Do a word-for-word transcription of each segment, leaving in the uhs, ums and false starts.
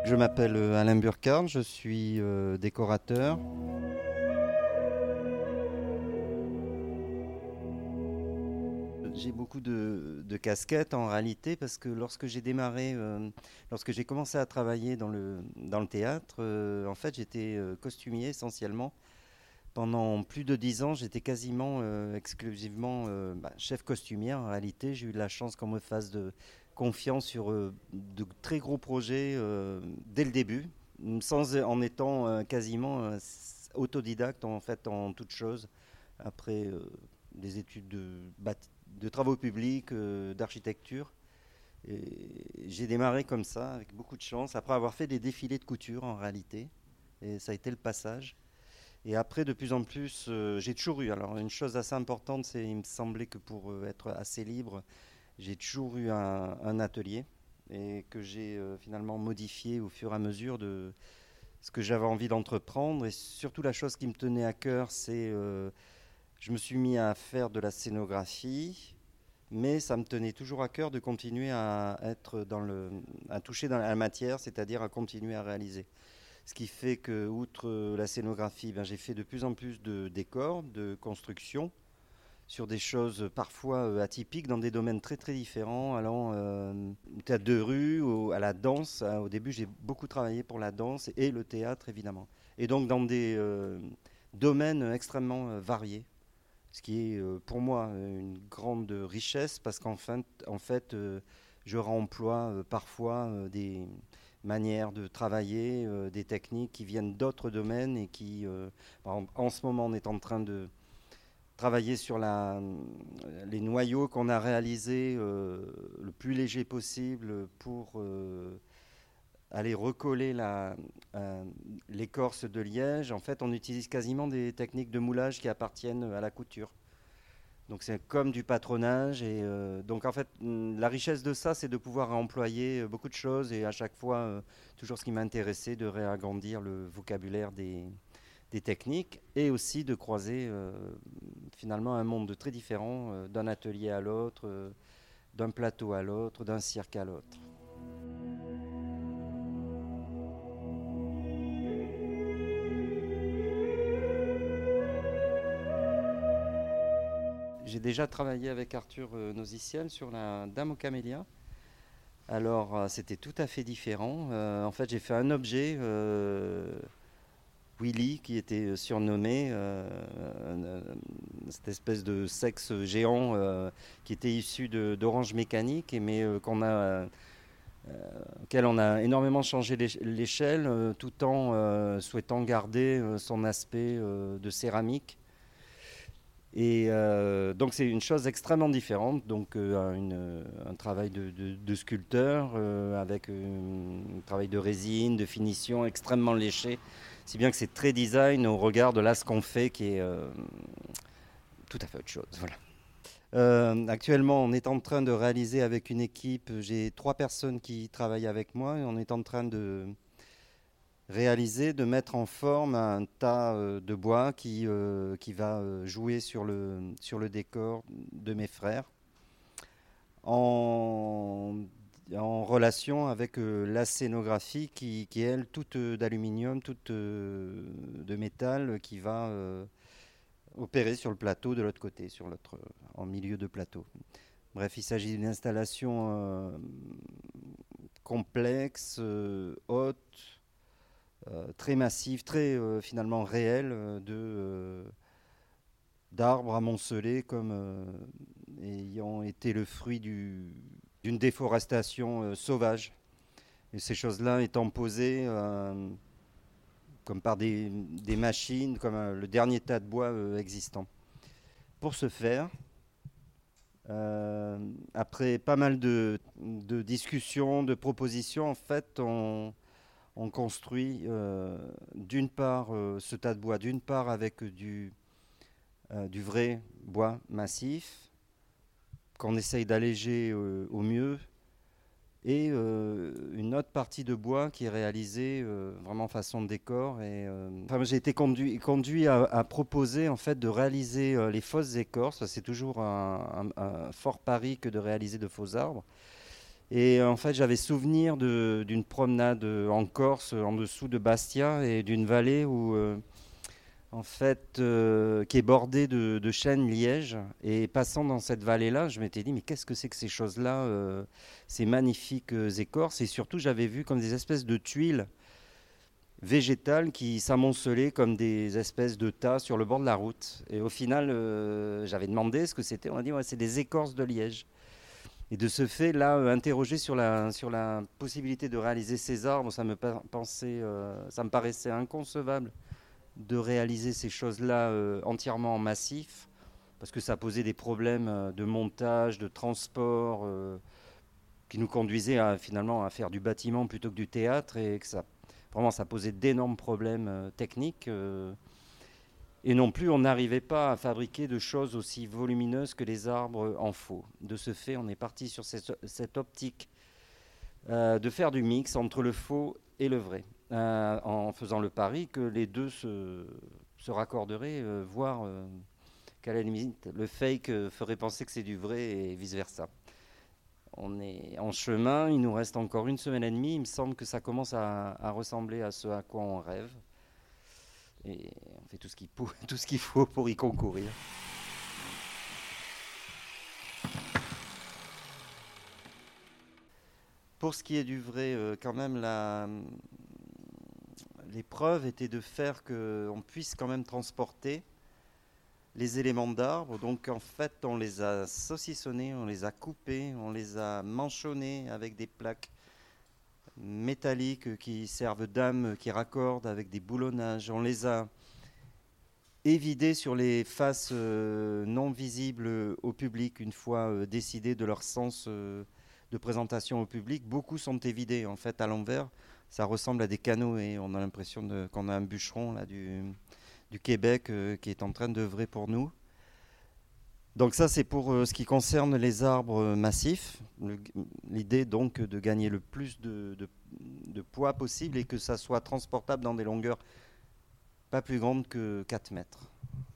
Je m'appelle Alain Burkhardt, je suis euh, décorateur. J'ai beaucoup de, de casquettes en réalité parce que lorsque j'ai démarré, euh, lorsque j'ai commencé à travailler dans le, dans le théâtre, euh, en fait j'étais euh, costumier essentiellement. Pendant plus de dix ans, j'étais quasiment euh, exclusivement euh, bah, chef costumier en réalité. J'ai eu de la chance qu'on me fasse de confiance sur euh, de très gros projets euh, dès le début, sans, en étant euh, quasiment euh, autodidacte en fait en toute chose. Après euh, des études de, bat- de travaux publics, euh, d'architecture. Et j'ai démarré comme ça, avec beaucoup de chance, après avoir fait des défilés de couture en réalité. Et ça a été le passage. Et après, de plus en plus, euh, j'ai toujours eu. Alors, une chose assez importante, c'est il me semblait que pour euh, être assez libre, j'ai toujours eu un, un atelier et que j'ai euh, finalement modifié au fur et à mesure de ce que j'avais envie d'entreprendre. Et surtout, la chose qui me tenait à cœur, c'est euh, je me suis mis à faire de la scénographie, mais ça me tenait toujours à cœur de continuer à être dans le, à toucher dans la matière, c'est-à-dire à continuer à réaliser. Ce qui fait que, outre la scénographie, ben, j'ai fait de plus en plus de décors, de construction, sur des choses parfois euh, atypiques, dans des domaines très très différents, allant euh, au théâtre de rue, au- à la danse. Hein, Au début, j'ai beaucoup travaillé pour la danse et le théâtre, évidemment. Et donc dans des euh, domaines extrêmement euh, variés, ce qui est euh, pour moi une grande richesse, parce qu'en fin- en fait, euh, je réemploie euh, parfois euh, des manières de travailler, euh, des techniques qui viennent d'autres domaines et qui, euh, par exemple, en ce moment, on est en train de travailler sur la, les noyaux qu'on a réalisés euh, le plus léger possible pour euh, aller recoller la, euh, l'écorce de liège. En fait, on utilise quasiment des techniques de moulage qui appartiennent à la couture. Donc c'est comme du patronage et euh, donc en fait mm, la richesse de ça c'est de pouvoir employer euh, beaucoup de choses et à chaque fois euh, toujours ce qui m'intéressait de réagrandir le vocabulaire des, des techniques et aussi de croiser euh, finalement un monde très différent euh, d'un atelier à l'autre, euh, d'un plateau à l'autre, d'un cirque à l'autre. J'ai déjà travaillé avec Arthur euh, Nosiciel sur la Dame aux Camélias. Alors euh, c'était tout à fait différent. Euh, en fait j'ai fait un objet euh, Willy, qui était surnommé euh, euh, cette espèce de sexe géant euh, qui était issu de- d'Orange Mécanique, et mais euh, qu'on a, euh, auquel on a énormément changé l'éch- l'échelle, euh, tout en euh, souhaitant garder euh, son aspect euh, de céramique. Et euh, donc c'est une chose extrêmement différente, donc euh, une- un travail de, de- de sculpteur euh, avec euh, un travail de résine, de finition extrêmement léché, si bien que c'est très design au regard de là ce qu'on fait qui est euh, tout à fait autre chose. Voilà. Euh, actuellement, on est en train de réaliser avec une équipe, j'ai trois personnes qui travaillent avec moi et on est en train de réaliser, de mettre en forme un tas euh, de bois qui, euh, qui va euh, jouer sur le, sur le décor de mes frères en, en relation avec euh, la scénographie qui, qui est elle toute euh, d'aluminium, toute euh, de métal qui va euh, opérer sur le plateau de l'autre côté, sur l'autre, en milieu de plateau. Bref, il s'agit d'une installation euh, complexe, euh, haute, euh, très massif, très euh, finalement réel euh, de euh, d'arbres amoncelés comme euh, ayant été le fruit du, d'une déforestation euh, sauvage. Et ces choses-là étant posées euh, comme par des, des machines, comme euh, le dernier tas de bois euh, existant. Pour ce faire, euh, après pas mal de, de discussions, de propositions, en fait, on, on construit euh, d'une part euh, ce tas de bois, d'une part avec du, euh, du vrai bois massif qu'on essaye d'alléger euh, au mieux, et euh, une autre partie de bois qui est réalisée euh, vraiment façon de décor. Et, euh, enfin, j'ai été conduit, conduit à, à proposer en fait de réaliser euh, les fausses écorces. C'est toujours un, un- un fort pari que de réaliser de faux arbres. Et en fait, j'avais souvenir de- d'une promenade euh, en Corse, en dessous de Bastia, et d'une vallée où, euh, en fait, euh, qui est bordée de, de chênes lièges. Et passant dans cette vallée-là, je m'étais dit, mais qu'est-ce que c'est que ces choses-là, euh, ces magnifiques euh, écorces. Et surtout, j'avais vu comme des espèces de tuiles végétales qui s'amoncelaient comme des espèces de tas sur le bord de la route. Et au final, euh, j'avais demandé ce que c'était. On m'a dit, ouais, c'est des écorces de liège. Et de ce fait, là, euh, interroger sur la, sur la possibilité de réaliser ces arbres, ça me, pa- pensait, euh, ça me paraissait inconcevable de réaliser ces choses-là euh, entièrement en massif, parce que ça posait des problèmes euh, de montage, de transport, euh, qui nous conduisaient à, finalement à faire du bâtiment plutôt que du théâtre, et que ça, vraiment, ça posait d'énormes problèmes euh, techniques. euh, et non plus, on n'arrivait pas à fabriquer de choses aussi volumineuses que les arbres en faux. De ce fait, on est parti sur cette, cette optique euh, de faire du mix entre le faux et le vrai, euh, en faisant le pari que les deux se, se raccorderaient, euh, voire euh, qu'à la limite, le fake euh, ferait penser que c'est du vrai et vice-versa. On est en chemin, il nous reste encore une semaine et demie, il me semble que ça commence à, à ressembler à ce à quoi on rêve. Et on fait tout ce qu'il faut, tout ce qu'il faut pour y concourir. Pour ce qui est du vrai, euh, quand même, la, l'épreuve était de faire qu'on puisse quand même transporter les éléments d'arbre. Donc en fait, on les a saucissonnés, on les a coupés, on les a manchonnés avec des plaques métalliques qui servent d'âme, qui raccordent avec des boulonnages. On les a évidés sur les faces euh, non visibles au public une fois euh, décidé de leur sens euh, de présentation au public. Beaucoup sont évidés en fait à l'envers. Ça ressemble à des canaux et on a l'impression de, qu'on a un bûcheron là, du, du Québec euh, qui est en train d'œuvrer pour nous. Donc ça, c'est pour euh, ce qui concerne les arbres euh, massifs. Le- L'idée donc de gagner le plus de, de- de poids possible et que ça soit transportable dans des longueurs pas plus grandes que quatre mètres.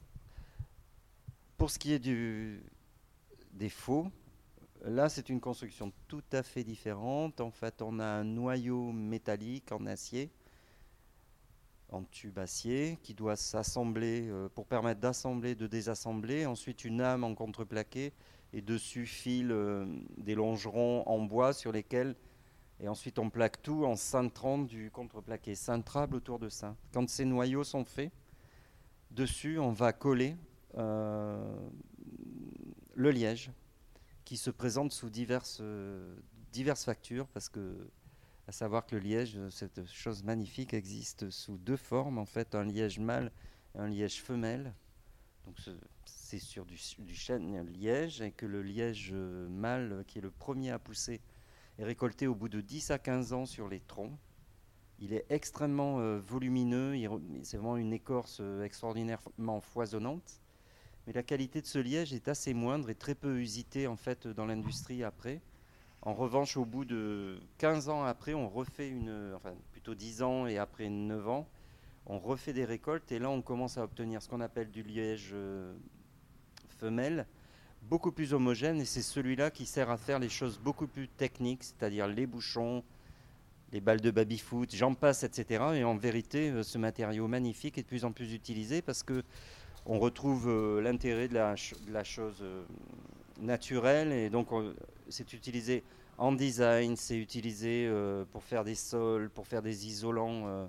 Pour ce qui est du, des faux, là c'est une construction tout à fait différente. En fait, on a un noyau métallique en acier, en tube acier, qui doit s'assembler euh, pour permettre d'assembler, de désassembler. Ensuite, une âme en contreplaqué et dessus file euh, des longerons en bois sur lesquels et ensuite on plaque tout en cintrant du contreplaqué, cintrable autour de ça. Quand ces noyaux sont faits, dessus on va coller euh, le liège qui se présente sous diverses, euh, diverses factures parce que à savoir que le liège, cette chose magnifique, existe sous deux formes en fait, un liège mâle et un liège femelle. Donc c'est sur du, du chêne liège et que le liège mâle qui est le premier à pousser est récolté au bout de dix à quinze ans sur les troncs. Il est extrêmement euh, volumineux, c'est vraiment une écorce euh, extraordinairement foisonnante. Mais la qualité de ce liège est assez moindre et très peu usitée en fait dans l'industrie après. En revanche, au bout de quinze ans après, on refait une, enfin plutôt dix ans et après neuf ans, on refait des récoltes et là on commence à obtenir ce qu'on appelle du liège euh, femelle, beaucoup plus homogène et c'est celui-là qui sert à faire les choses beaucoup plus techniques, c'est-à-dire les bouchons, les balles de baby-foot, j'en passe, et cetera. Et en vérité, euh, ce matériau magnifique est de plus en plus utilisé parce que on retrouve euh, l'intérêt de la, ch- de la chose euh, naturelle et donc on- c'est utilisé en design, c'est utilisé euh, pour faire des sols, pour faire des isolants. euh.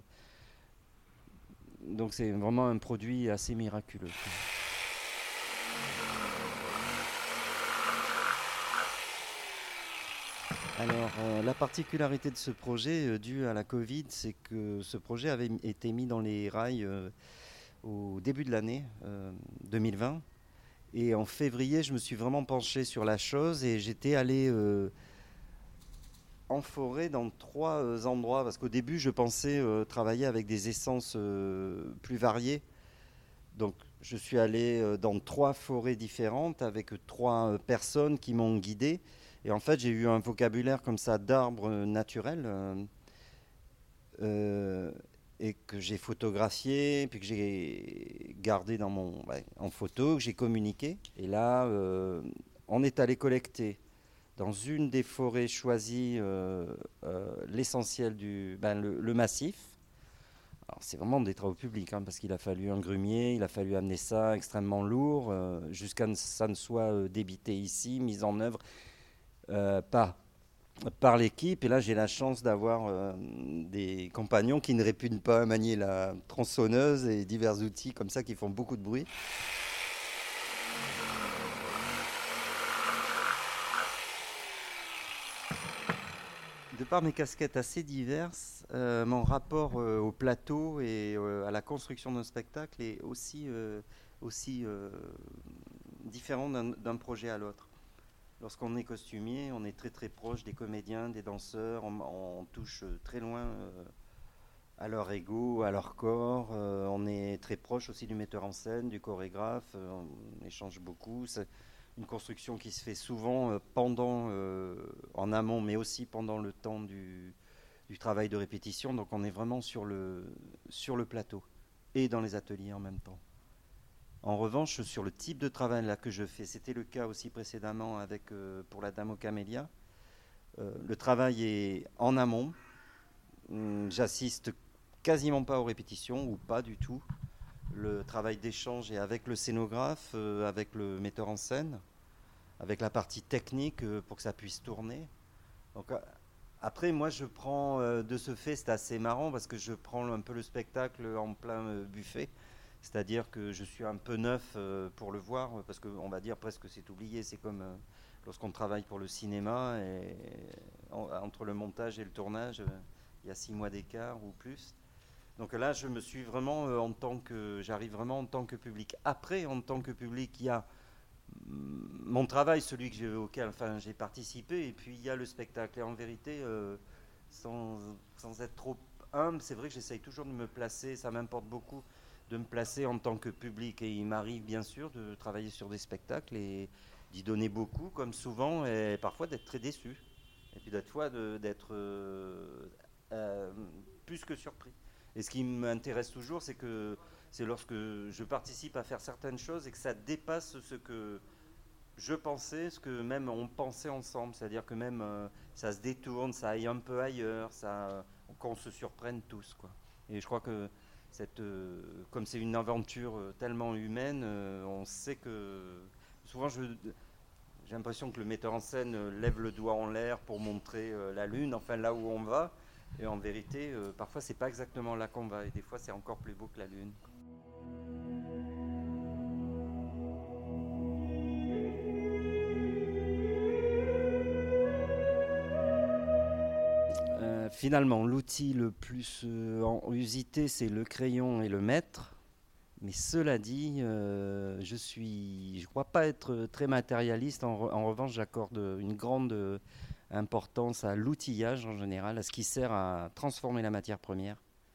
donc c'est vraiment un produit assez miraculeux. Alors, euh, la particularité de ce projet, euh, due à la Covid, c'est que ce projet avait m- été mis dans les rails euh, au début de l'année euh, deux mille vingt. Et en février, je me suis vraiment penché sur la chose et j'étais allé euh, en forêt dans trois euh, endroits. Parce qu'au début, je pensais euh, travailler avec des essences euh, plus variées. Donc, je suis allé euh, dans trois forêts différentes avec trois euh, personnes qui m'ont guidé. Et en fait, j'ai eu un vocabulaire comme ça d'arbres euh, naturels. euh, euh, et que j'ai photographié, puis que j'ai gardé dans mon, ouais, en photo, que j'ai communiqué. Et là, euh, on est allé collecter dans une des forêts choisies, euh, euh, l'essentiel du ben, le, le massif. Alors, c'est vraiment des travaux publics, hein, parce qu'il a fallu un grumier, il a fallu amener ça extrêmement lourd, euh, jusqu'à ce que ça ne soit euh, débité ici, mis en œuvre euh, par, par l'équipe. Et là, j'ai la chance d'avoir euh, des compagnons qui ne répugnent pas à manier la tronçonneuse et divers outils comme ça qui font beaucoup de bruit. De par mes casquettes assez diverses, euh, mon rapport euh, au plateau et euh, à la construction d'un spectacle est aussi, euh, aussi euh, différent d'un d'un projet à l'autre. Lorsqu'on est costumier, on est très très proche des comédiens, des danseurs, on, on touche très loin euh, à leur ego, à leur corps, euh, on est très proche aussi du metteur en scène, du chorégraphe, euh, on échange beaucoup. C'est une construction qui se fait souvent euh, pendant, euh, en amont, mais aussi pendant le temps du, du travail de répétition. Donc on est vraiment sur le, sur le plateau et dans les ateliers en même temps. En revanche, sur le type de travail là que je fais, c'était le cas aussi précédemment avec, euh, pour la Dame aux Camélias. Euh, le travail est en amont. Hum, J'assiste quasiment pas aux répétitions ou pas du tout. Le travail d'échange est avec le scénographe, euh, avec le metteur en scène, avec la partie technique euh, pour que ça puisse tourner. Donc, euh, après, moi, je prends euh, de ce fait, c'est assez marrant parce que je prends un peu le spectacle en plein euh, buffet. C'est-à-dire que je suis un peu neuf euh, pour le voir, parce qu'on va dire presque c'est oublié. C'est comme euh, lorsqu'on travaille pour le cinéma, et en, entre le montage et le tournage, euh, il y a six mois d'écart ou plus. Donc là, je me suis vraiment euh, en tant que, j'arrive vraiment en tant que public. Après, en tant que public, il y a mm, mon travail, celui que j'ai, auquel enfin, j'ai participé, et puis il y a le spectacle. Et en vérité, euh, sans, sans être trop humble, c'est vrai que j'essaye toujours de me placer, ça m'importe beaucoup de me placer en tant que public. Et il m'arrive bien sûr de travailler sur des spectacles et d'y donner beaucoup, comme souvent, et parfois d'être très déçu. Et puis d'être fois de- d'être euh, euh, plus que surpris. Et ce qui m'intéresse toujours, c'est que c'est lorsque je participe à faire certaines choses et que ça dépasse ce que je pensais, ce que même on pensait ensemble. C'est-à-dire que même euh, ça se détourne, ça aille un peu ailleurs, ça, qu'on se surprenne tous, quoi. Et je crois que cette, euh, comme c'est une aventure euh, tellement humaine, euh, on sait que souvent je, j'ai l'impression que le metteur en scène euh, lève le doigt en l'air pour montrer euh, la lune, enfin là où on va. Et en vérité, euh, parfois c'est pas exactement là qu'on va, et des fois c'est encore plus beau que la lune. Euh, finalement, l'outil le plus euh, en- usité, c'est le crayon et le mètre. Mais cela dit, euh, je suis, je crois pas être très matérialiste. En, re- en revanche, j'accorde une grande euh, importance à l'outillage en général, à ce qui sert à transformer la matière première.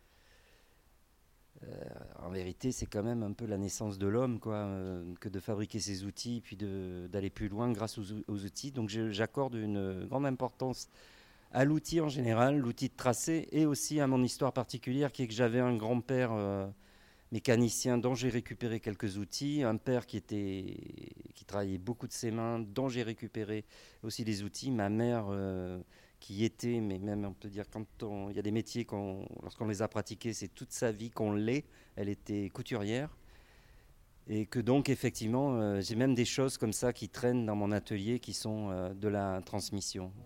En vérité, c'est quand même un peu la naissance de l'homme, quoi, euh, que de fabriquer ses outils, puis de- d'aller plus loin grâce aux, ou- aux outils. Donc, je- j'accorde une grande importance à l'outil en général, l'outil de tracé, et aussi à mon histoire particulière, qui est que j'avais un grand-père euh, mécanicien dont j'ai récupéré quelques outils, un père qui, était, qui travaillait beaucoup de ses mains, dont j'ai récupéré aussi des outils, ma mère euh, qui était, mais même on peut dire, quand on, il y a des métiers, qu'on, lorsqu'on les a pratiqués, c'est toute sa vie qu'on l'est, elle était couturière. Et que donc effectivement, euh, j'ai même des choses comme ça qui traînent dans mon atelier qui sont euh, de la transmission.